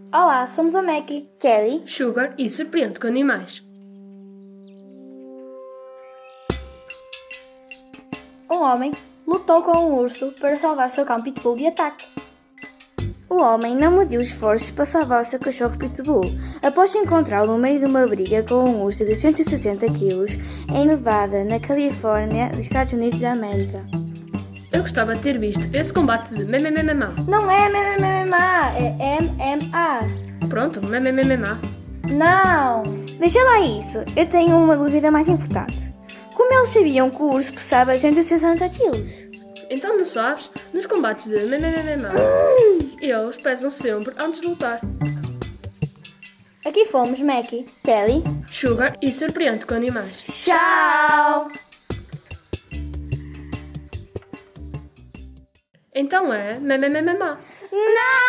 Olá, somos a Mackie, Kelly, Sugar e Surpreende com Animais. Um homem lutou com um urso para salvar seu cão pitbull de ataque. O homem não mediu esforços para salvar o seu cachorro pitbull após encontrá-lo no meio de uma briga com um urso de 160 kg em Nevada, na Califórnia, nos Estados Unidos da América. Eu gostava de ter visto esse combate de MMA. Não é MMA, é MMA. Pronto, MMA. Não! Deixa lá isso, eu tenho uma dúvida mais importante. Como eles sabiam que o urso pesava 160 kg? Então não sabes? Nos combates de MMA, eles pesam sempre antes de lutar. Aqui fomos, Mackie, Kelly. Sugar e Surpreende com Animais. Tchau! Então é MMA. Não!